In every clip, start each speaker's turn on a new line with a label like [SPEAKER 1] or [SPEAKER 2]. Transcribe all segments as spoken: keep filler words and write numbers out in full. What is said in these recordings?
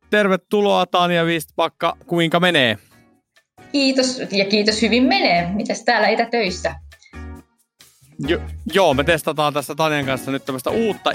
[SPEAKER 1] tervetuloa Tanja Vistbacka. Kuinka menee?
[SPEAKER 2] Kiitos ja kiitos, hyvin menee. Mitäs täällä etätöissä?
[SPEAKER 1] Jo, joo, me testataan tässä Tanjan kanssa nyt tämmöistä uutta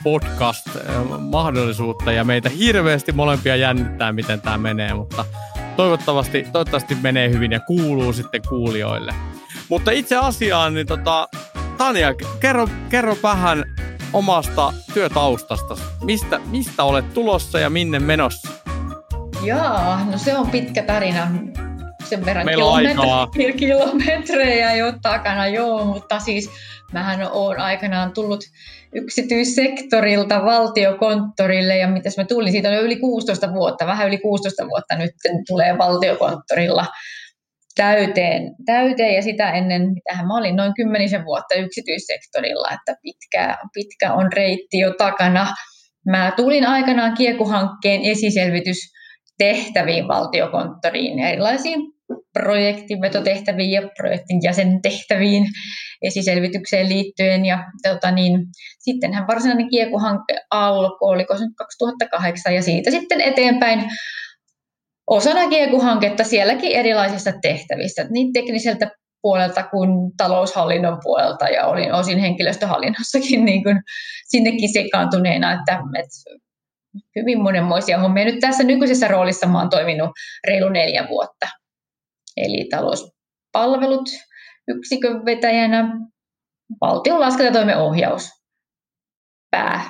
[SPEAKER 1] etäpodcast-mahdollisuutta ja meitä hirveästi molempia jännittää, miten tämä menee, mutta toivottavasti, toivottavasti menee hyvin ja kuuluu sitten kuulijoille. Mutta itse asiaan, niin tota, Tanja, kerro, kerro vähän omasta työtaustasta. Mistä, mistä olet tulossa ja minne menossa?
[SPEAKER 2] Jaa, no se on pitkä tarina. Sen verran
[SPEAKER 1] kilometre-
[SPEAKER 2] kilometrejä jo takana, joo, mutta siis mähän olen aikanaan tullut yksityissektorilta valtiokonttorille ja mitäs mä tulin, siitä on jo yli kuusitoista vuotta, vähän yli kuusitoista vuotta nyt tulee valtiokonttorilla täyteen, täyteen ja sitä ennen, mitähän mä olin noin kymmenisen vuotta yksityissektorilla, että pitkä, pitkä on reitti jo takana. Mä tulin aikanaan Kieku-hankkeen esiselvitystehtäviin valtiokonttoriin ja erilaisiin projektinvetotehtäviin ja projektin jäsentehtäviin esiselvitykseen liittyen. Ja tota niin, sittenhän varsinainen Kieku-hanke alkoi, oliko se nyt kaksituhattakahdeksan, ja siitä sitten eteenpäin osana Kieku-hanketta sielläkin erilaisissa tehtävissä, niin tekniseltä puolelta kuin taloushallinnon puolelta, ja olin osin henkilöstöhallinnossakin niin kuin sinnekin sekaantuneena, että, että hyvin monenmoisia hommia. Nyt tässä nykyisessä roolissa mä oon toiminut reilu neljä vuotta. Eli talouspalvelut yksikön vetäjänä, valtion laskentatoimen ohjaus pää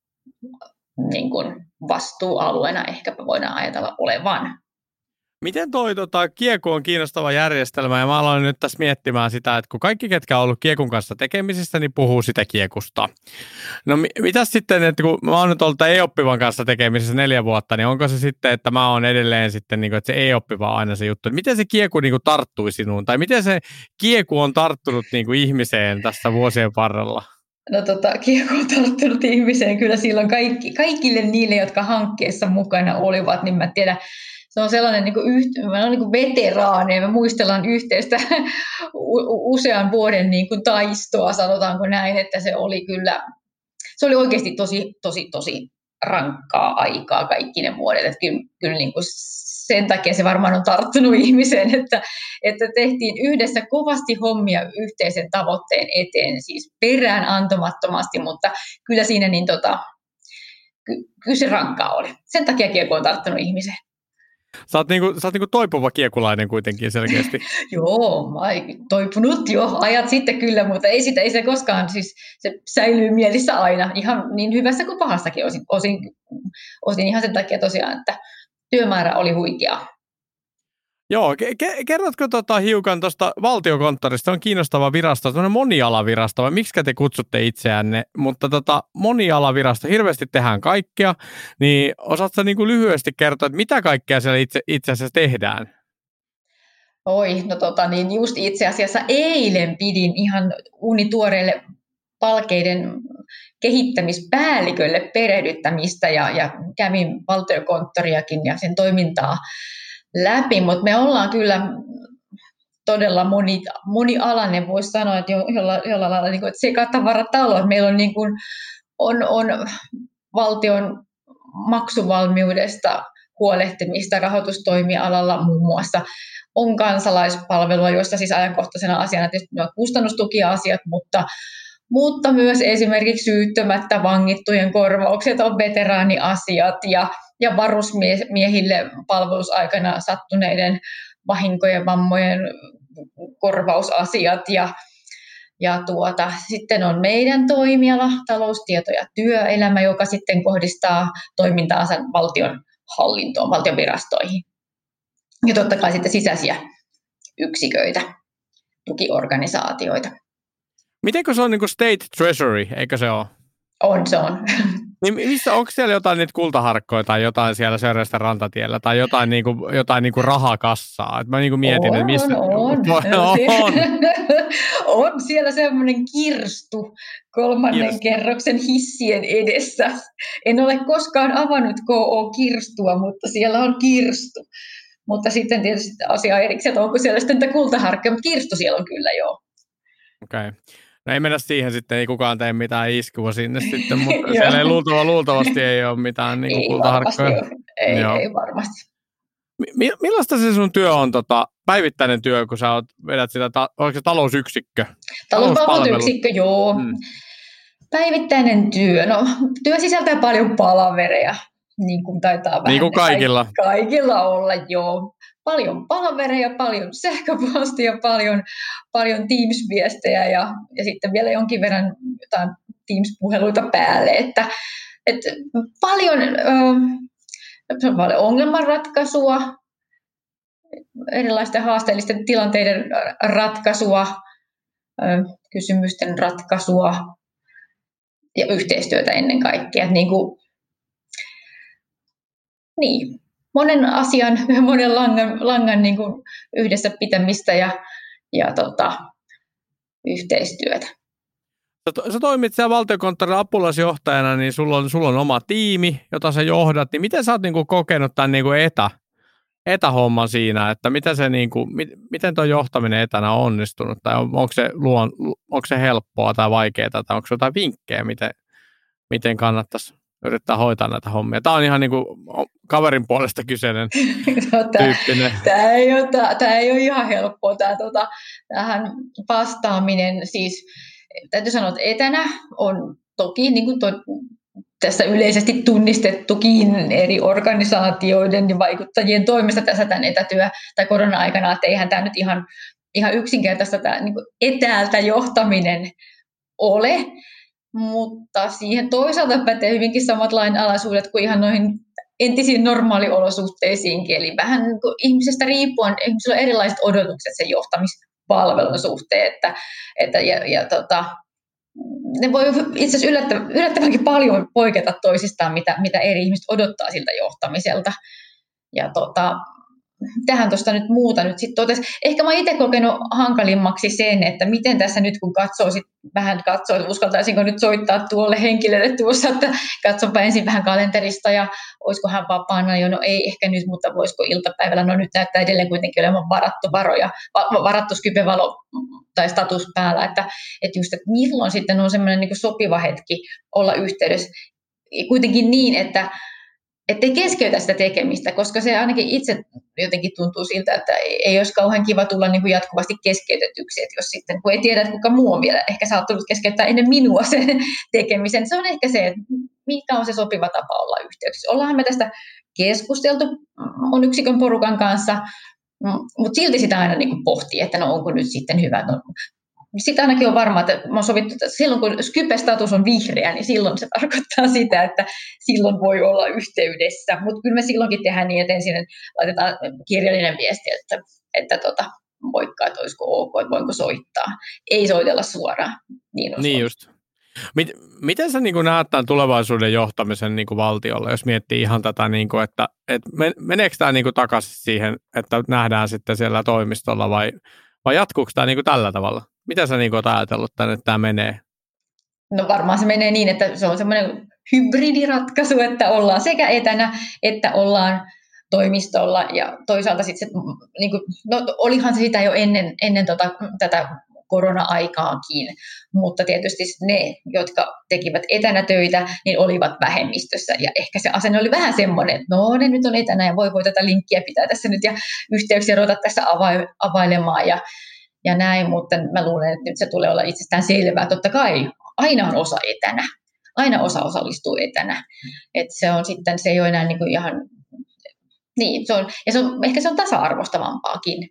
[SPEAKER 2] niin kuin vastuualueena ehkäpä voidaan ajatella olevan.
[SPEAKER 1] Miten toi tota, Kieku on kiinnostava järjestelmä ja mä aloin nyt tässä miettimään sitä, että kun kaikki, ketkä on ollut Kiekun kanssa tekemisissä, niin puhuu sitä Kiekusta. No mitäs sitten, että kun mä oon nyt ollut e-oppivan kanssa tekemisissä neljä vuotta, niin onko se sitten, että mä oon edelleen sitten, niin kuin, että se e-oppiva on aina se juttu. Miten se Kieku niin kuin tarttui sinuun tai miten se Kieku on tarttunut niin kuin ihmiseen tässä vuosien varrella?
[SPEAKER 2] No tota, Kieku on tarttunut ihmiseen kyllä silloin kaikki, kaikille niille, jotka hankkeessa mukana olivat, niin mä tiedän, se on sellainen niin kuin, mä niin kuin veteraaneja, me muistellaan yhteistä usean vuoden niin kuin taistoa, sanotaanko näin, että se oli kyllä, se oli oikeasti tosi, tosi, tosi rankkaa aikaa kaikki ne vuodet, että kyllä, kyllä niin kuin sen takia se varmaan on tarttunut ihmiseen, että, että tehtiin yhdessä kovasti hommia yhteisen tavoitteen eteen, siis perään antamattomasti, mutta kyllä siinä niin tota, ky- kyllä se rankkaa oli. Sen takia Kieku on tarttunut ihmiseen.
[SPEAKER 1] Sä oot, niinku, sä oot niinku toipuva kiekulainen kuitenkin selkeästi.
[SPEAKER 2] Joo, mä oon toipunut jo ajat sitten kyllä, mutta ei, sitä, ei se koskaan, siis se säilyy mielissä aina, ihan niin hyvässä kuin pahassakin osin, osin, osin ihan sen takia tosiaan, että työmäärä oli huikea.
[SPEAKER 1] Joo, ke- kerrotko tota hiukan tuosta valtiokonttorista, se on kiinnostava virasto, tämmöinen monialavirasto, vai miksi te kutsutte itseänne, mutta tota, monialavirasto, hirveästi tehdään kaikkea, niin osaatko niinku lyhyesti kertoa, että mitä kaikkea siellä itse, itse asiassa tehdään?
[SPEAKER 2] Oi, no tota niin, just itse asiassa eilen pidin ihan uunituoreelle palkeiden kehittämispäällikölle perehdyttämistä ja, ja kävin valtiokonttoriakin ja sen toimintaa läpi, mutta me ollaan kyllä todella moni, monialainen, voisi sanoa, että jolla, jolla lailla niin kuin, että sekatavaratalo. Meillä on, niin kuin, on, on valtion maksuvalmiudesta huolehtimista rahoitustoimialalla muun muassa. On kansalaispalvelua, josta siis ajankohtaisena asiana tietysti on kustannustukia-asiat, mutta, mutta myös esimerkiksi syyttömättä vangittujen korvaukset on veteraaniasiat ja ja varusmiehille palvelusaikana sattuneiden vahinkojen, vammojen korvausasiat. Ja, ja tuota, sitten on meidän toimiala, taloustieto ja työelämä, joka sitten kohdistaa toimintaansa valtion hallintoon, valtion virastoihin. Ja totta kai sitten sisäisiä yksiköitä, tukiorganisaatioita.
[SPEAKER 1] Mitenkö se on niin kuin State Treasury, eikö se ole?
[SPEAKER 2] On, se on.
[SPEAKER 1] Niin missä, onko siellä jotain niitä kultaharkkoja tai jotain siellä Sörrestä rantatiellä tai jotain, niinku, jotain niinku rahakassaa? Et mä niinku mietin,
[SPEAKER 2] on,
[SPEAKER 1] että missä...
[SPEAKER 2] On, on.
[SPEAKER 1] on.
[SPEAKER 2] On siellä semmoinen kirstu kolmannen kirstu. kerroksen hissien edessä. En ole koskaan avannut K O-kirstua, mutta siellä on kirstu. Mutta sitten tietysti asia erikseen, että onko siellä sitten kultaharkkoja, mutta kirstu siellä on kyllä, joo.
[SPEAKER 1] Okei. Okay. No ei mennä siihen sitten, ei kukaan tee mitään iskua sinne sitten, mutta siellä ei luultava, luultavasti ei ole mitään niin kultaharkkoja.
[SPEAKER 2] ei, ei varmasti.
[SPEAKER 1] Mi- millaista se sun työ on, tota, päivittäinen työ, kun sä oot, vedät sitä, ta- oliko se talousyksikkö?
[SPEAKER 2] Talouspalveluyksikkö, joo. Mm. Päivittäinen työ. No, työ sisältää paljon palavereja, niin kuin taitaa vähän
[SPEAKER 1] niin kuin kaikilla.
[SPEAKER 2] kaikilla olla, joo. Paljon palavereja, paljon sähköpostia, paljon, paljon Teams-viestejä ja, ja sitten vielä jonkin verran jotain Teams-puheluita päälle. Että, että paljon, äh, paljon ongelmanratkaisua, erilaisten haasteellisten tilanteiden ratkaisua, äh, kysymysten ratkaisua ja yhteistyötä ennen kaikkea. Niin kuin, niin, monen asian, monen langan, langan niin kuin yhdessä pitämistä ja, ja tota, yhteistyötä.
[SPEAKER 1] Sä, sä toimit siellä Valtiokonttorin apulaisjohtajana, niin sulla on, sulla on oma tiimi, jota sä johdat. Niin miten sä oot niin kuin kokenut tämän niin kuin etä, etähomman siinä, että miten, se, niin kuin, miten tuo johtaminen etänä on onnistunut? Tai on, onko, se luon, onko se helppoa tai vaikeaa, tai onko jotain vinkkejä, miten, miten kannattaisi yrittää hoitaa näitä hommia? Tämä on ihan niin kuin kaverin puolesta kyseinen
[SPEAKER 2] no,
[SPEAKER 1] tyyppinen.
[SPEAKER 2] Tämä ei ole, tämä, tämä ei ole ihan helppoa, tämä, tota, tähän vastaaminen. Siis, täytyy sanoa, että etänä on toki, niin kuin to, tässä yleisesti tunnistettukin eri organisaatioiden ja vaikuttajien toimesta tässä tämän etätyö- tai korona-aikana, että eihän tämä nyt ihan, ihan yksinkertaista tämä niin kuin etäältä johtaminen ole, mutta siihen toisaalta pätee hyvinkin samat lainalaisuudet kuin ihan noihin entisiin normaaliolosuhteisiinkin, eli vähän niin kuin ihmisestä riippuen, ihmisillä on erilaiset odotukset sen johtamispalvelun suhteen, että, että ja, ja tota, ne voi itse asiassa yllättävän, yllättävänkin paljon poiketa toisistaan, mitä, mitä eri ihmiset odottaa siltä johtamiselta. Ja tota, tähän tuosta nyt muuta nyt sitten totesi. Ehkä mä itse kokenut hankalimmaksi sen, että miten tässä nyt kun katsoo, sit vähän katsoo, että uskaltaisinko nyt soittaa tuolle henkilölle tuossa, että katsonpa ensin vähän kalenterista ja olisiko hän vapaana jo, no ei ehkä nyt, mutta voisiko iltapäivällä, no nyt näyttää edelleen kuitenkin olevan varattu varoja, varattu Skype-valo tai status päällä, että, että just, että milloin sitten on semmoinen niin kuin sopiva hetki olla yhteydessä, kuitenkin niin, että ettei keskeytä sitä tekemistä, koska se ainakin itse jotenkin tuntuu siltä, että ei olisi kauhean kiva tulla niin kuin jatkuvasti keskeytetyksi, että jos sitten, kun ei tiedä, että kuka muu on vielä ehkä saattanut keskeyttää ennen minua sen tekemisen, se on ehkä se, että mikä on se sopiva tapa olla yhteyksissä. Ollaanhan me tästä keskusteltu mun yksikön porukan kanssa, mutta silti sitä aina niin kuin pohtii, että no onko nyt sitten hyvä, no, sitä ainakin on varma, että mä oon sovittu, että silloin kun Skype-status on vihreä, niin silloin se tarkoittaa sitä, että silloin voi olla yhteydessä. Mutta kyllä me silloinkin tehdään niin, että ensin laitetaan kirjallinen viesti, että, että tota, moikka, että olisiko ok, että voinko soittaa. Ei soitella suoraan. Niin,
[SPEAKER 1] niin just. Miten sä niin kuin näet tämän tulevaisuuden johtamisen niin kuin valtiolla, jos miettii ihan tätä, niin kuin, että, että meneekö tämä niin kuin takaisin siihen, että nähdään sitten siellä toimistolla vai, vai jatkuuko tämä niin kuin tällä tavalla? Mitä sä niin olet ajatellut tänne, että tämä menee?
[SPEAKER 2] No varmaan se menee niin, että se on semmoinen hybridiratkaisu, että ollaan sekä etänä, että ollaan toimistolla. Ja toisaalta sitten se, niin kuin, no olihan se sitä jo ennen, ennen tota, tätä korona-aikaakin, mutta tietysti ne, jotka tekivät etänä töitä, niin olivat vähemmistössä. Ja ehkä se asenne oli vähän semmoinen, että no ne nyt on etänä ja voi voi tätä linkkiä pitää tässä nyt ja yhteyksiä ruveta tässä ava- availemaan ja ja näin, mutta mä luulen, että nyt se tulee olla itsestään selvää. Totta kai aina on osa etänä, aina osa osallistuu etänä. Et se on sitten, se ei ole enää niinku ihan, niin, se on, ja se on, ehkä se on tasa-arvostavampaakin.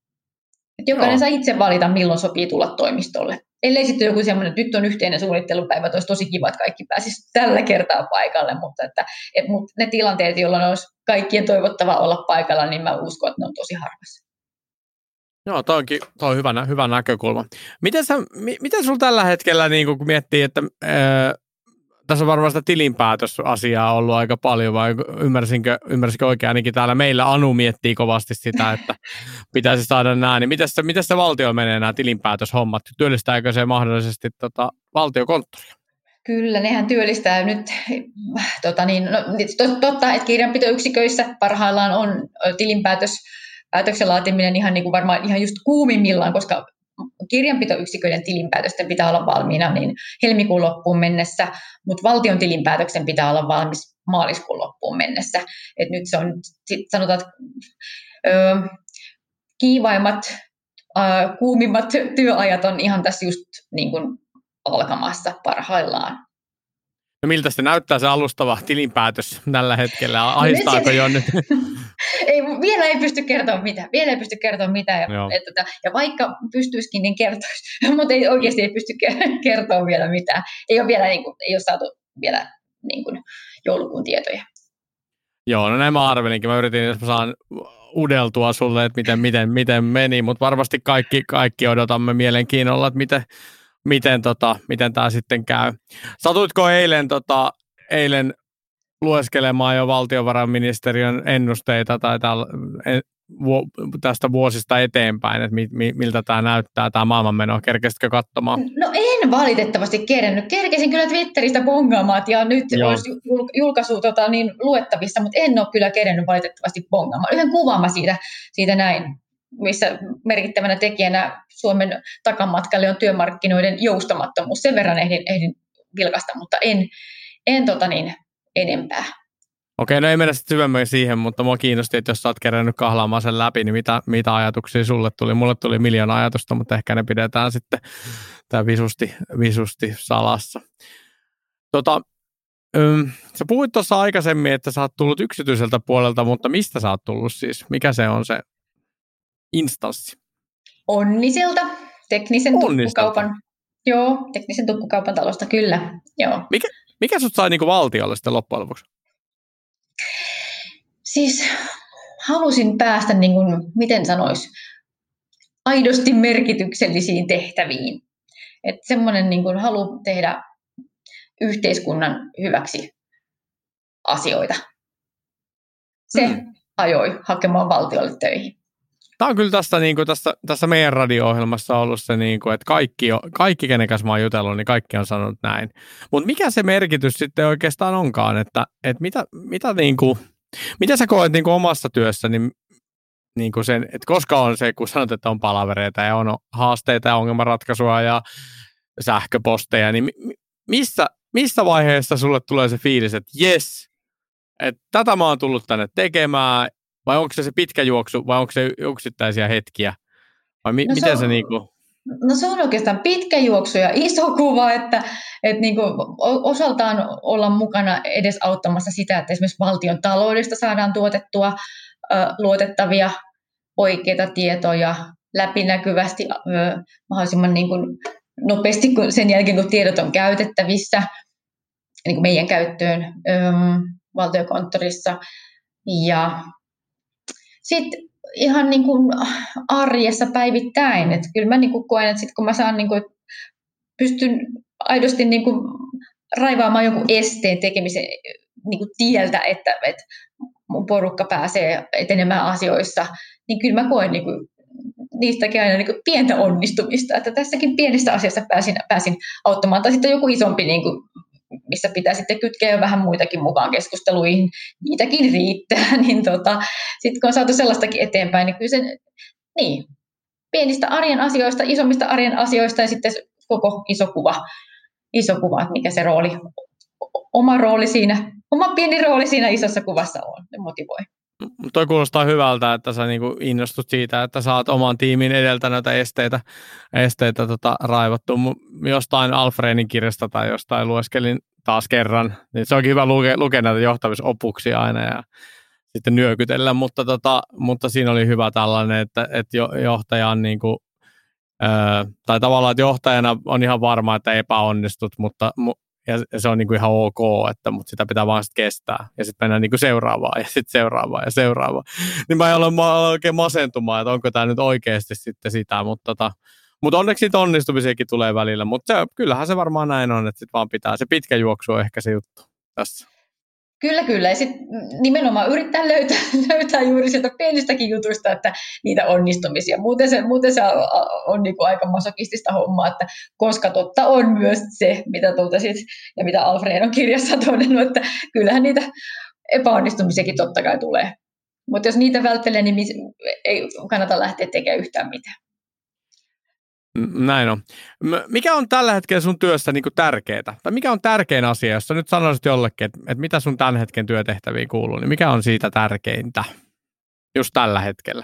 [SPEAKER 2] Et jokainen no. saa itse valita, milloin sopii tulla toimistolle. Ellei sitten joku semmoinen, että nyt on yhteinen suunnittelupäivä, että olisi tosi kiva, että kaikki pääsisi tällä kertaa paikalle, mutta että, et, mut ne tilanteet, jolloin olisi kaikkien toivottava olla paikalla, niin mä uskon, että ne on tosi harvassa.
[SPEAKER 1] Joo, toi onkin toi on hyvä, hyvä näkökulma. Miten, sä, miten sulla tällä hetkellä, niin kun miettii, että ää, tässä on varmaan sitä tilinpäätösasiaa ollut aika paljon, vai ymmärsinkö, ymmärsinkö oikein, ainakin täällä meillä Anu miettii kovasti sitä, että pitäisi saada nämä, niin miten se, miten se valtio menee nämä tilinpäätöshommat? Työllistääkö se mahdollisesti tota, valtiokonttoria?
[SPEAKER 2] Kyllä, nehän työllistää nyt, tota niin, no, totta, että kirjanpitoyksiköissä parhaillaan on tilinpäätös, päätöksen laatiminen ihan niin kuin varmaan ihan just kuumimmillaan, koska kirjanpitoyksiköiden tilinpäätösten pitää olla valmiina niin helmikuun loppuun mennessä, mutta valtion tilinpäätöksen pitää olla valmis maaliskuun loppuun mennessä. Et nyt se on, sit sanotaan, että ö, kiivaimmat, ö, kuumimmat työajat on ihan tässä just niin kuin alkamassa parhaillaan.
[SPEAKER 1] No miltä se näyttää se alustava tilinpäätös tällä hetkellä? Ahistaako jo nyt?
[SPEAKER 2] Ei, vielä ei pysty kertoa mitään. Vielä ei pysty kertoa mitään. Ja, että, ja vaikka pystyisikin, niin kertoisi. Mutta ei, oikeasti ei pysty kertoa vielä mitään. Ei ole vielä niin kuin, ei ole saatu vielä niin kuin, joulukuun tietoja.
[SPEAKER 1] Joo, no näin mä arvelinkin. Mä yritin, jos mä saan udeltua sulle, että miten, miten, miten meni. Mutta varmasti kaikki, kaikki odotamme mielenkiinnolla, että miten, miten, tota, miten tämä sitten käy. Satuitko eilen, tota, eilen lueskelemaan jo valtiovarainministeriön ennusteita tai tästä vuosista eteenpäin, että miltä tämä näyttää, tämä maailmanmeno? Kerkesitkö katsomaan?
[SPEAKER 2] No en valitettavasti kerennyt. Kerkesin kyllä Twitteristä bongaamaan, ja nyt Joo. olisi julkaisu tota, niin, luettavissa, mutta en ole kyllä kerennyt valitettavasti bongaamaan. Yhden kuvan mä siitä, siitä näin, missä merkittävänä tekijänä Suomen takamatkalle on työmarkkinoiden joustamattomuus. Sen verran ehdin, ehdin vilkaista, mutta en, en tota niin, enempää.
[SPEAKER 1] Okei, no ei mennä sitten syvemmin siihen, mutta mua kiinnosti, että jos sä oot kerännyt kahlaamaan sen läpi, niin mitä, mitä ajatuksia sulle tuli? Mulle tuli miljoona ajatusta, mutta ehkä ne pidetään sitten tää visusti, visusti salassa. Tota, ym, sä puhuit tuossa aikaisemmin, että sä oot tullut yksityiseltä puolelta, mutta mistä sä oot tullut siis? Mikä se on se instanssi?
[SPEAKER 2] Onniselta, teknisen tukkukaupan. Joo, teknisen tukkukaupan talosta, kyllä. Joo.
[SPEAKER 1] Mikä, mikä sut sai niinku valtiolle sitten loppujen lopuksi?
[SPEAKER 2] Siis halusin päästä, niin kuin, miten sanois, aidosti merkityksellisiin tehtäviin. Että semmoinen niin kuin halu tehdä yhteiskunnan hyväksi asioita. Se hmm. ajoi hakemaan valtiolle töihin.
[SPEAKER 1] Tämä on kyllä tässä, niin kuin, tässä, tässä meidän radio-ohjelmassa ollut se, niin kuin, että kaikki, kaikki kenen kanssa mä oon jutellut, niin kaikki on sanonut näin. Mutta mikä se merkitys sitten oikeastaan onkaan, että, että mitä, mitä, niin kuin, mitä sä koet niin kuin omassa työssä, niin, niin kuin sen, että koska on se, kun sanot, että on palavereita ja on haasteita ja ongelmanratkaisua ja sähköposteja, niin missä, missä vaiheessa sulle tulee se fiilis, että jes, että tätä mä oon tullut tänne tekemään, vai onko se se pitkä juoksu, vai onko se yksittäisiä hetkiä? Vai mi-
[SPEAKER 2] no
[SPEAKER 1] miten
[SPEAKER 2] se,
[SPEAKER 1] se niinku?
[SPEAKER 2] No se on oikeastaan pitkä juoksu ja iso kuva, että, että niinku osaltaan olla mukana edes auttamassa sitä, että esimerkiksi valtion taloudesta saadaan tuotettua ö, luotettavia, oikeita tietoja läpinäkyvästi ö, mahdollisimman niinku nopeasti kun sen jälkeen, kun tiedot on käytettävissä niin meidän käyttöön ö, valtiokonttorissa. Ja sitten ihan niin kuin arjessa päivittäin. Että kyllä mä niin kuin koen, että sit kun mä saan, niin kuin, pystyn aidosti niin kuin raivaamaan jonkun esteen tekemisen niin kuin tieltä, että, että mun porukka pääsee etenemään asioissa, niin kyllä mä koen niin kuin, niistäkin aina niin kuin pientä onnistumista. Että tässäkin pienessä asiassa pääsin, pääsin auttamaan. Tai sitten joku isompi, niin kuin, missä pitää sitten kytkeä jo vähän muitakin mukaan keskusteluihin, niitäkin riittää, niin tota, sitten kun on saatu sellaistakin eteenpäin, niin kyllä se, niin, pienistä arjen asioista, isommista arjen asioista ja sitten koko iso kuva, iso kuva, että mikä se rooli, oma rooli siinä, oma pieni rooli siinä isossa kuvassa on, ne motivoi.
[SPEAKER 1] Toi kuulostaa hyvältä, että sä niinku innostut siitä, että saat oman tiimin edeltä näitä esteitä, esteitä tota, raivattu. Jostain Alfredin kirjasta tai jostain lueskelin taas kerran. Niin se onkin hyvä lukea, lukea näitä johtamisopuksia aina ja sitten nyökytellä, mutta, tota, mutta siinä oli hyvä tällainen, että, että johtaja on niinku, öö, tai tavallaan, että johtajana on ihan varma, että epäonnistut, mutta ja se on niinku ihan ok, että, mutta sitä pitää vaan sitten kestää. Ja sitten mennään niinku seuraavaan ja sitten seuraavaan ja seuraavaan. Niin mä en ole oikein masentumaan, että onko tämä nyt oikeasti sitten sitä. Mutta, tota, mutta onneksi siitä onnistumisiakin tulee välillä. Mutta se, kyllähän se varmaan näin on, että sitten vaan pitää. Se pitkä juoksu on ehkä se juttu tässä.
[SPEAKER 2] Kyllä, kyllä. Ja sitten nimenomaan yrittää löytää, löytää juuri sieltä pienistäkin jutuista, että niitä onnistumisia. Muuten se, muuten se on, on niin kuin aika masokistista hommaa, että koska totta on myös se, mitä totesit ja mitä Alfred on kirjassa todennut, että kyllähän niitä epäonnistumisiakin totta kai tulee. Mutta jos niitä välttelee, niin ei kannata lähteä tekemään yhtään mitään.
[SPEAKER 1] Näin on. Mikä on tällä hetkellä sun työssä niin kuin tärkeää? Tai mikä on tärkein asia, jos sä nyt sanoisit jollekin, että, että mitä sun tämän hetken työtehtäviin kuuluu, niin mikä on siitä tärkeintä just tällä hetkellä?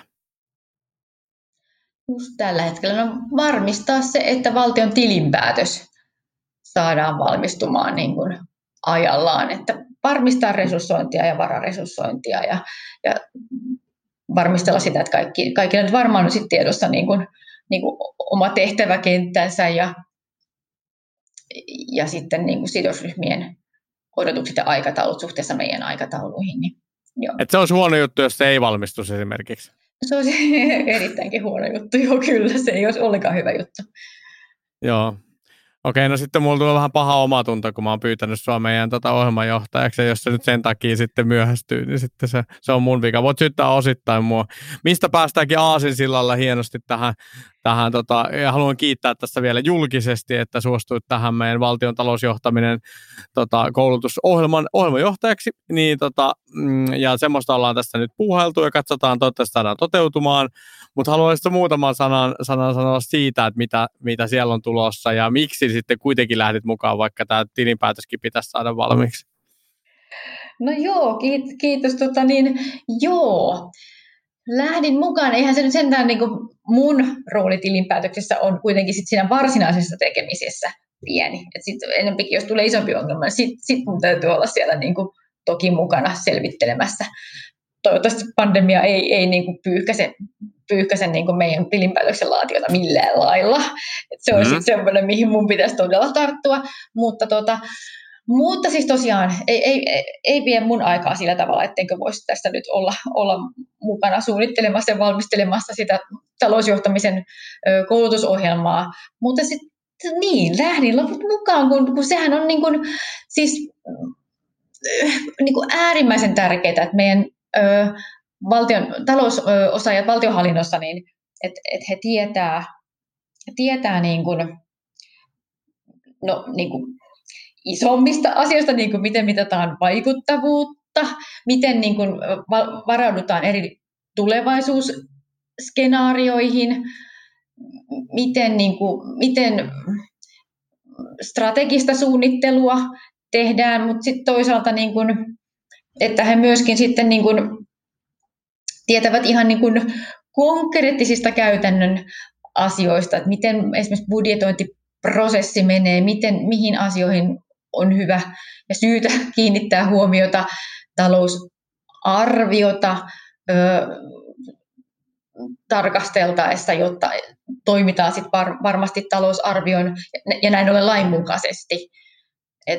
[SPEAKER 2] Just tällä hetkellä no, varmistaa se, että valtion tilinpäätös saadaan valmistumaan niin kuin ajallaan, että varmistaa resurssointia ja vararesurssointia ja, ja varmistella sitä, että kaikki, kaikilla nyt varmaan on sit tiedossa niin kuin, niin kuin oma tehtäväkenttänsä ja, ja sitten niin kuin sidosryhmien odotukset ja aikataulut suhteessa meidän aikatauluihin. Niin, joo.
[SPEAKER 1] Et se olisi huono juttu, jos se ei valmistuisi esimerkiksi.
[SPEAKER 2] Se olisi erittäinkin huono juttu, joo kyllä, se ei olisi ollenkaan hyvä juttu.
[SPEAKER 1] Joo. Okei, no sitten mulla tulee vähän paha omatunto, kun mä oon pyytänyt sua meidän tota ohjelmanjohtajaksi, ja jos se nyt sen takia sitten myöhästyy, niin sitten se, se on mun vika. Voit syyttää osittain mua. Mistä päästäänkin aasinsillalla hienosti tähän, tähän tota, ja haluan kiittää tässä vielä julkisesti, että suostuit tähän meidän valtion talousjohtaminen tota, koulutusohjelman ohjelmanjohtajaksi, niin tota, ja semmoista ollaan tässä nyt puuhailtu, ja katsotaan, toivottavasti saadaan toteutumaan. Mutta haluaisitko muutaman sanan, sanan sanoa siitä, että mitä, mitä siellä on tulossa ja miksi sitten kuitenkin lähdit mukaan, vaikka tämä tilinpäätöskin pitäisi saada valmiiksi?
[SPEAKER 2] No joo, kiitos. kiitos tota niin, joo. Lähdin mukaan. Eihän se nyt sentään niin kuin mun rooli tilinpäätöksessä on kuitenkin sit siinä varsinaisessa tekemisessä pieni. Et sit enempikin, jos tulee isompi ongelma, niin sitten sit mun täytyy olla siellä niin kuin toki mukana selvittelemässä. Toivottavasti pandemia ei, ei niin kuin pyyhkäse, pyyhkäse niin kuin meidän tilinpäätöksen laatiota millään lailla. Et se olisi mm. semmoinen, mihin mun pitäisi todella tarttua. Mutta, tota, mutta siis tosiaan ei, ei, ei vie mun aikaa sillä tavalla, ettenkö voisi tässä nyt olla, olla mukana suunnittelemassa ja valmistelemassa sitä talousjohtamisen ö, koulutusohjelmaa. Mutta sitten niin, lähdin loput mukaan, kun, kun sehän on niin kuin, siis, niin kuin äärimmäisen tärkeää, että meidän Ö, valtion, talousosaajat valtionhallinnossa, niin että et he tietää, tietää niin kuin, no, niin kuin isommista asioista, niin kuin miten mitataan vaikuttavuutta, miten niin kuin varaudutaan eri tulevaisuusskenaarioihin, miten, niin kuin, miten strategista suunnittelua tehdään, mutta sitten toisaalta niin kuin, että he myöskin sitten niin kuin tietävät ihan niin kuin konkreettisista käytännön asioista, että miten esimerkiksi budjetointiprosessi menee, miten, mihin asioihin on hyvä ja syytä kiinnittää huomiota, talousarviota ö, tarkasteltaessa, jotta toimitaan sit var, varmasti talousarvion ja näin ollen lainmukaisesti. Et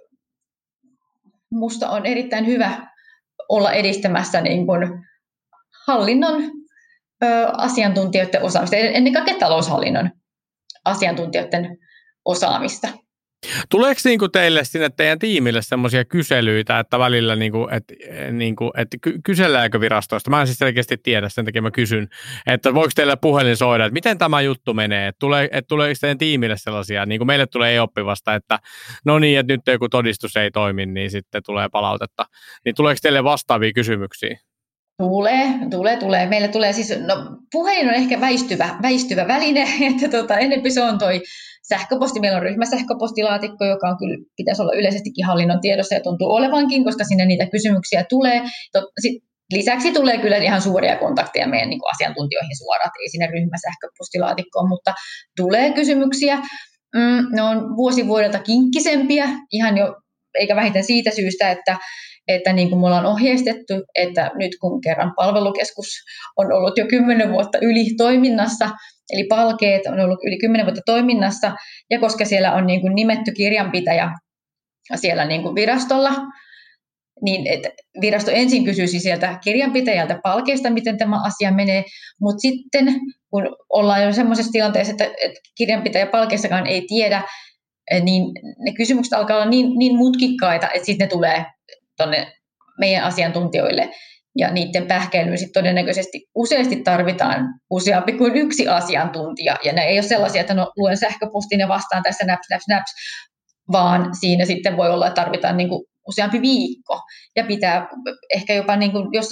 [SPEAKER 2] musta on erittäin hyvä olla edistämässä niin kun hallinnon ö, asiantuntijoiden osaamista, ennen kaikkea taloushallinnon asiantuntijoiden osaamista.
[SPEAKER 1] Tuleeko niinku teille sinne teidän tiimille semmoisia kyselyitä, että välillä niinku, et, niinku, et kyselläänkö virastoista? Mä en siis selkeästi tiedä, sen takia mä kysyn, että voiko teille puhelin soida, että miten tämä juttu menee, että tulee, et tuleeko teidän tiimille sellaisia, niin kuin meille tulee e-oppivasta, että no niin, että nyt joku todistus ei toimi, niin sitten tulee palautetta. Niin tuleeko teille vastaavia kysymyksiä?
[SPEAKER 2] Tulee, tulee, tulee. Meillä tulee siis, no puhelin on ehkä väistyvä, väistyvä väline, että tota, enemmän se on toi sähköposti. Meillä on ryhmäsähköpostilaatikko, joka on kyllä, pitäisi olla yleisestikin hallinnon tiedossa ja tuntuu olevankin, koska sinne niitä kysymyksiä tulee. Sitten lisäksi tulee kyllä ihan suoria kontakteja meidän niin kuin asiantuntijoihin suoraan, ei sinne ryhmäsähköpostilaatikkoon, mutta tulee kysymyksiä. Mm, ne on vuosi vuodelta kinkkisempiä, ihan jo, eikä vähiten siitä syystä, että että niin kuin me ollaan ohjeistettu, että nyt kun kerran palvelukeskus on ollut jo kymmenen vuotta yli toiminnassa, eli Palkeet on ollut yli kymmenen vuotta toiminnassa, ja koska siellä on niin kuin nimetty kirjanpitäjä siellä niin kuin virastolla, niin että virasto ensin kysyisi sieltä kirjanpitäjältä Palkeesta, miten tämä asia menee, mutta sitten kun ollaan jo semmoisessa tilanteessa, että, että kirjanpitäjä Palkeessakaan ei tiedä, niin ne kysymykset alkaa olla niin, niin mutkikkaita, että sitten ne tulee tuonne meidän asiantuntijoille, ja niiden pähkäilyyn sitten todennäköisesti useasti tarvitaan useampi kuin yksi asiantuntija, ja ne ei ole sellaisia, että no, luen sähköpostin ja vastaan tässä naps, naps, naps, vaan siinä sitten voi olla, että tarvitaan niin kuin useampi viikko, ja pitää ehkä jopa niin kuin jossain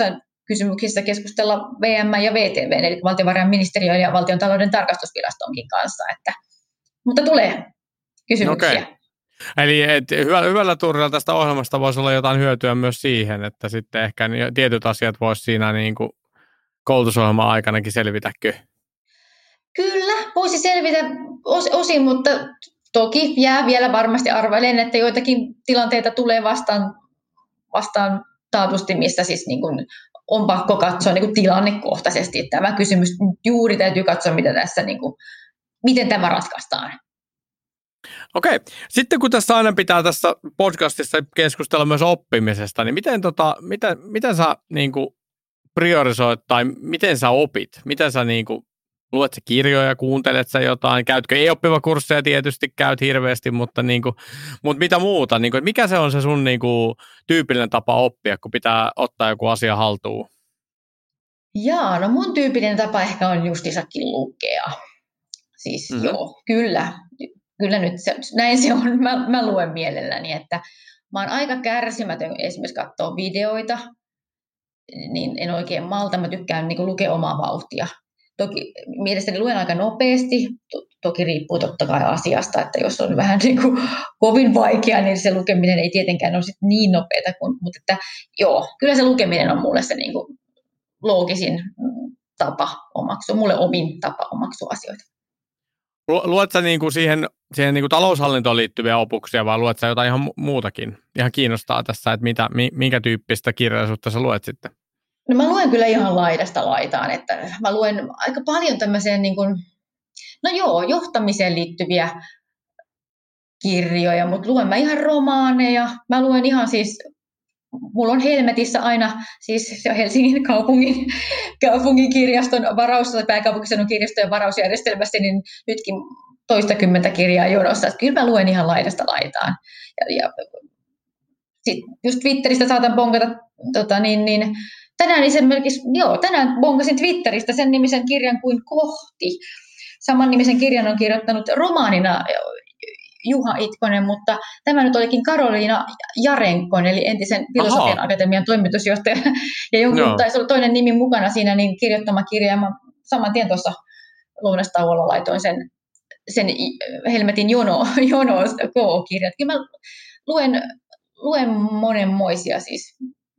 [SPEAKER 2] kysymyksissä keskustella V M ja V T V, eli valtiovarainministeriön ja valtion talouden tarkastusvirastonkin kanssa. Että, mutta tulee kysymyksiä.
[SPEAKER 1] Okay. Eli et hyvällä, hyvällä turilla tästä ohjelmasta voisi olla jotain hyötyä myös siihen, että sitten ehkä tietyt asiat voisi siinä niin kuin koulutusohjelman aikanakin selvitäkö?
[SPEAKER 2] Kyllä, voisi selvitä os, osin, mutta toki jää vielä varmasti arvailen, että joitakin tilanteita tulee vastaan, vastaan taatusti, missä siis niin kuin on pakko katsoa niin kuin tilannekohtaisesti. Tämä kysymys juuri täytyy katsoa, mitä tässä, niin kuin, miten tämä ratkaistaan.
[SPEAKER 1] Okei. Sitten kun tässä aina pitää tässä podcastissa keskustella myös oppimisesta, niin miten, tota, miten, miten sä niin kuin priorisoit tai miten sä opit? Miten sä niin kuin, luet sä kirjoja, kuuntelet sä jotain, käytkö ei-oppivakursseja tietysti, käyt hirveästi, mutta, niin kuin, mutta mitä muuta? Niin kuin, mikä se on se sun niin kuin, tyypillinen tapa oppia, kun pitää ottaa joku asia haltuun?
[SPEAKER 2] Jaa, no mun tyypillinen tapa ehkä on justisakin lukea. Siis mm-hmm. joo, kyllä. Kyllä nyt se, näin se on. Mä, mä luen mielelläni, että mä oon aika kärsimätön esimerkiksi katsoa videoita, niin en oikein malta. Mä tykkään niin kuin lukea omaa vauhtia. Toki mielestäni luen aika nopeasti, to, toki riippuu totta kai asiasta, että jos on vähän niin kuin kovin vaikea, niin se lukeminen ei tietenkään ole sit niin nopeata, kuin, mutta että joo, kyllä se lukeminen on mulle se niin kuin loogisin tapa omaksua, mulle omin tapa omaksua asioita.
[SPEAKER 1] Luet sä niinku siihen, siihen niinku taloushallintoon liittyviä opuksia vai luet sä jotain ihan muutakin? Ihan kiinnostaa tässä, että mitä, minkä tyyppistä kirjallisuutta sä luet sitten?
[SPEAKER 2] No mä luen kyllä ihan laidasta laitaan, että mä luen aika paljon tämmöiseen niin kuin, no joo, johtamiseen liittyviä kirjoja, mutta luen mä ihan romaaneja, mä luen ihan siis, mulla on Helmetissä aina, siis Helsingin kaupungin, kaupungin kirjaston varaus, tai pääkaupunkiseudun kirjastojen varausjärjestelmässä, niin nytkin toistakymmentä kirjaa jonossa, että kyllä mä luen ihan laidasta laitaan. Ja, ja sitten just Twitteristä saatan bonkata, tota, niin, niin, tänään esimerkiksi, joo, tänään bongasin Twitteristä sen nimisen kirjan kuin Kohti. Saman nimisen kirjan on kirjoittanut romaanina Juha Itkonen, mutta tämä nyt olikin Karoliina Jarenkon, eli entisen Filosofian Aha. Akatemian toimitusjohtaja, ja jonkun no. taisi olla toinen nimi mukana siinä, niin kirjoittama kirja. Mä saman tien tuossa lounastauolla laitoin sen, sen Helmetin jono, jono K-kirjat. Kyllä mä luen, luen monenmoisia siis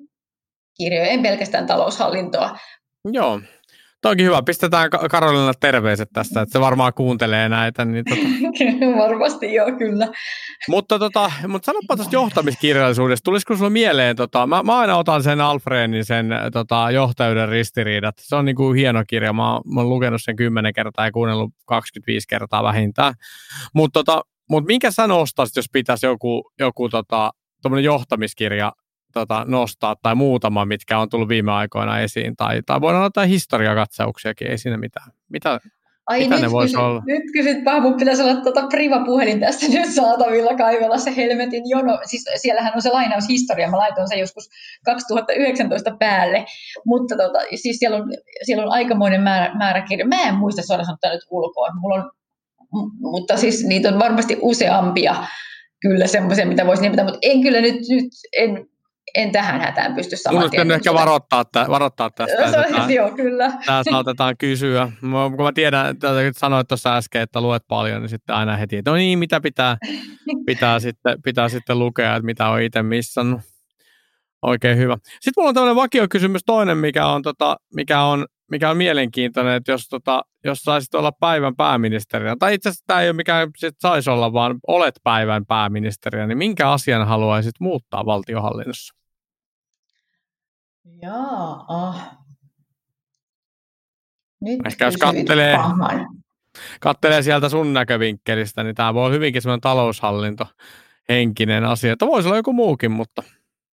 [SPEAKER 2] kirjoja, en pelkästään taloushallintoa.
[SPEAKER 1] Joo. Toikin hyvä. Pistetään Karolina terveiset tästä, että se varmaan kuuntelee näitä. Niin tota.
[SPEAKER 2] Varmasti joo, kyllä.
[SPEAKER 1] Mutta, tota, mutta sanoppa tuosta johtamiskirjallisuudesta. Tulisiko sinulle mieleen, tota, mä, mä aina otan sen Alfredin, sen tota, johtajuuden ristiriidat. Se on niin kuin hieno kirja. Mä, mä oon lukenut sen kymmenen kertaa ja kuunnellut kaksikymmentäviisi kertaa vähintään. Mutta tota, mut minkä sä nostaisit, jos pitäisi joku, joku tota, johtamiskirja Tota, nostaa tai muutama, mitkä on tullut viime aikoina esiin, tai, tai voidaan ottaa historiakatsauksiakin, ei siinä mitään. Mitä,
[SPEAKER 2] Ai
[SPEAKER 1] mitä
[SPEAKER 2] nyt
[SPEAKER 1] ne voisi
[SPEAKER 2] kysyt,
[SPEAKER 1] olla?
[SPEAKER 2] Nyt kysyt, paha, mun pitäisi olla tuota Priva-puhelin tässä nyt saatavilla kaivella se Helmetin jono. Siis siellähän on se lainaushistoria, mä laitoin sen joskus kaksituhattayhdeksäntoista päälle, mutta tota, siis siellä on, siellä on aikamoinen määrä, määrä kirjoja. Mä en muista suoraan sanottuna nyt ulkoa, mulla on, mutta siis niitä on varmasti useampia kyllä semmoisia, mitä voisi nimetä, mutta en kyllä nyt, nyt en, En tähän hätään pysty saman tien.
[SPEAKER 1] Mun ehkä varoittaa, varoittaa tästä.
[SPEAKER 2] Se on, joo, kyllä.
[SPEAKER 1] Tämä saatetaan kysyä. Kun mä tiedän, että sanoit tuossa äsken, että luet paljon, niin sitten aina heti, että no niin, mitä pitää, pitää, sitten, pitää sitten lukea, että mitä on itse missannut. Oikein hyvä. Sitten mulla on tämmöinen vakiokysymys toinen, mikä on, tota, mikä on, mikä on mielenkiintoinen, että jos, tota, jos saisit olla päivän pääministerinä, tai itse asiassa tämä ei ole mikään sit saisi olla, vaan olet päivän pääministerinä, niin minkä asian haluaisit muuttaa valtionhallinnossa?
[SPEAKER 2] Jaa, ah. Nyt
[SPEAKER 1] ehkä jos kattelee, kattelee sieltä sun näkövinkkelistä, niin tämä voi olla hyvinkin semmoinen taloushallintohenkinen asia. Että voisi olla joku muukin, mutta...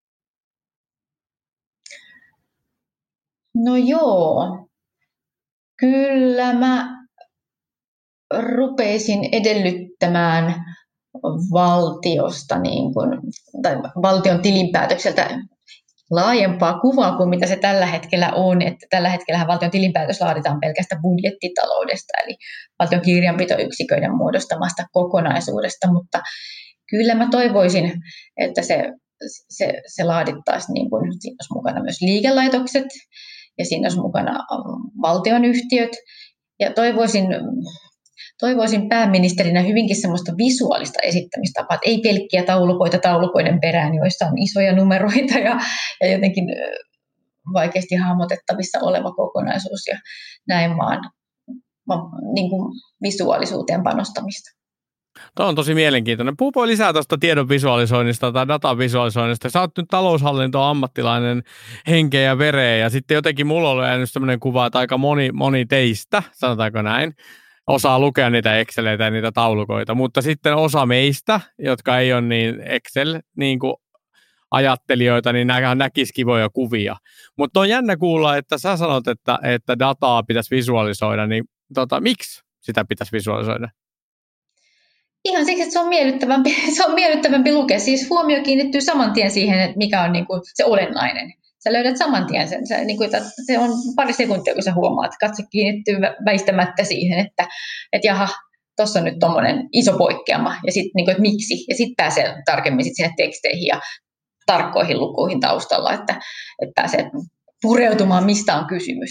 [SPEAKER 2] No joo, kyllä mä rupeisin edellyttämään valtiosta, niin kuin, tai valtion tilinpäätökseltä laajempaa kuvaa kuin mitä se tällä hetkellä on. Että tällä hetkellä valtion tilinpäätös laaditaan pelkästään budjettitaloudesta, eli valtion kirjanpitoyksiköiden muodostamasta kokonaisuudesta, mutta kyllä mä toivoisin, että se se, se laadittaisiin, niin kuin, siinä olisi mukana myös liikelaitokset ja siinä olisi mukana valtionyhtiöt. Ja toivoisin, toivoisin pääministerinä hyvinkin semmoista visuaalista esittämistapaa, että ei pelkkiä taulukoita taulukoiden perään, joissa on isoja numeroita ja, ja jotenkin vaikeasti hahmotettavissa oleva kokonaisuus ja näin vaan, vaan niin kuin visuaalisuuteen panostamista.
[SPEAKER 1] Tuo on tosi mielenkiintoinen. Puhu lisää tuosta tiedon visualisoinnista tai datan visualisoinnista. Sä oot nyt taloushallinto-ammattilainen henkeä ja vereä, ja sitten jotenkin mulla on jäänyt sellainen kuva, että aika moni, moni teistä, sanotaanko näin, osaa lukea niitä Exceleitä ja niitä taulukoita, mutta sitten osa meistä, jotka ei ole niin Excel, niin kuin ajattelijoita, niin näkisi kivoja kuvia. Mutta on jännä kuulla, että sä sanot, että, että dataa pitäisi visualisoida, niin tota, miksi sitä pitäisi visualisoida?
[SPEAKER 2] Ihan siksi, että se on miellyttävämpi, se on miellyttävämpi lukea. Siis huomio kiinnittyy saman tien siihen, että mikä on niin kuin se olennainen. Sä löydät saman tien sen. Se, niin kuin, että se on pari sekuntia, kun sä huomaat. Katse kiinnittyy väistämättä siihen, että, että jaha, tuossa on nyt tommoinen iso poikkeama. Ja sitten, niin kuin, että miksi. Ja sitten pääsee tarkemmin sit siihen teksteihin ja tarkkoihin lukuihin taustalla, että, että pääsee pureutumaan, mistä on kysymys.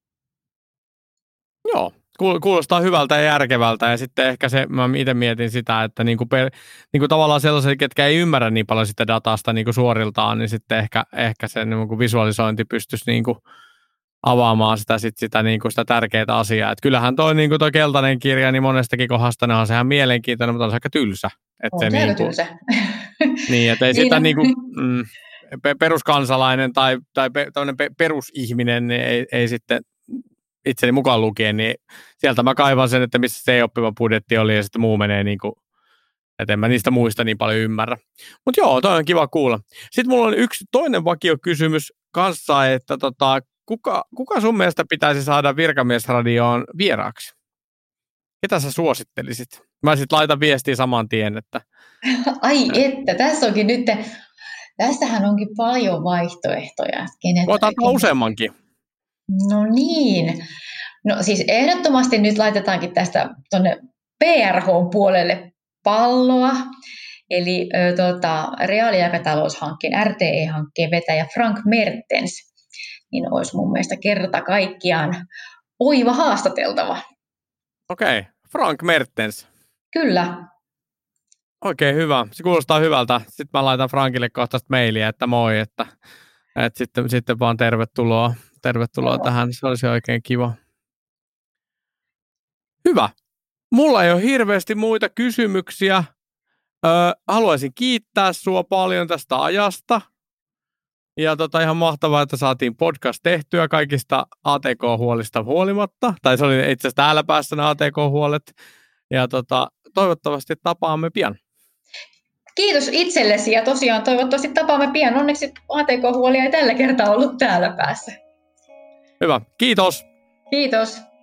[SPEAKER 1] Joo. Kuulostaa hyvältä ja järkevältä, ja sitten ehkä se, mä itse mietin sitä, että niinku per, niinku tavallaan sellaisia, ketkä ei ymmärrä niin paljon sitä datasta niinku suoriltaan, niin sitten ehkä, ehkä se niinku visualisointi pystyisi niinku avaamaan sitä, sit sitä, niinku sitä tärkeää asiaa. Et kyllähän toi, niinku toi keltainen kirja, niin monestakin kohdasta ne on sehän mielenkiintoinen, mutta on se aika tylsä. Et
[SPEAKER 2] on
[SPEAKER 1] se
[SPEAKER 2] se
[SPEAKER 1] niinku,
[SPEAKER 2] tylsä.
[SPEAKER 1] Niin, että ei niin sitä niinku, mm, peruskansalainen tai, tai pe, perusihminen niin ei, ei sitten itseni mukaan lukien, niin sieltä mä kaivan sen, että missä se oppima budjetti oli ja sitten muu menee niin kuin, että en mä niistä muista niin paljon ymmärrä. Mutta joo, toi on kiva kuulla. Sitten mulla on yksi toinen vakiokysymys kanssa, että tota, kuka, kuka sun mielestä pitäisi saada Virkamiesradioon vieraaksi? Ketä sä suosittelisit? Mä sitten laitan viestiä saman tien, että...
[SPEAKER 2] Ai että, tässä onkin nyt, tässähän onkin paljon vaihtoehtoja.
[SPEAKER 1] Voitaan ottaa useammankin.
[SPEAKER 2] No niin. No siis ehdottomasti nyt laitetaankin tästä tuonne P R H-puolelle palloa. Eli ö, tota, reaaliaikataloushankkeen, R T E-hankkeen vetäjä Frank Mertens, niin olisi mun mielestä kerta kaikkiaan oiva haastateltava.
[SPEAKER 1] Okei, okay. Frank Mertens.
[SPEAKER 2] Kyllä.
[SPEAKER 1] Oikein hyvä. Se kuulostaa hyvältä. Sitten mä laitan Frankille kohta mailia, että moi, että, että sitten, sitten vaan tervetuloa. Tervetuloa no. tähän, se olisi oikein kiva. Hyvä. Mulla ei ole hirveästi muita kysymyksiä. Öö, haluaisin kiittää sua paljon tästä ajasta. Ja tota, ihan mahtavaa, että saatiin podcast tehtyä kaikista A T K-huolista huolimatta. Tai se oli itse asiassa täällä päässä nämä A T K-huolet. Ja tota, toivottavasti tapaamme pian.
[SPEAKER 2] Kiitos itsellesi ja tosiaan toivottavasti tapaamme pian. Onneksi A T K-huolia ei tällä kertaa ollut täällä päässä.
[SPEAKER 1] Hyvä. Kiitos.
[SPEAKER 2] Kiitos.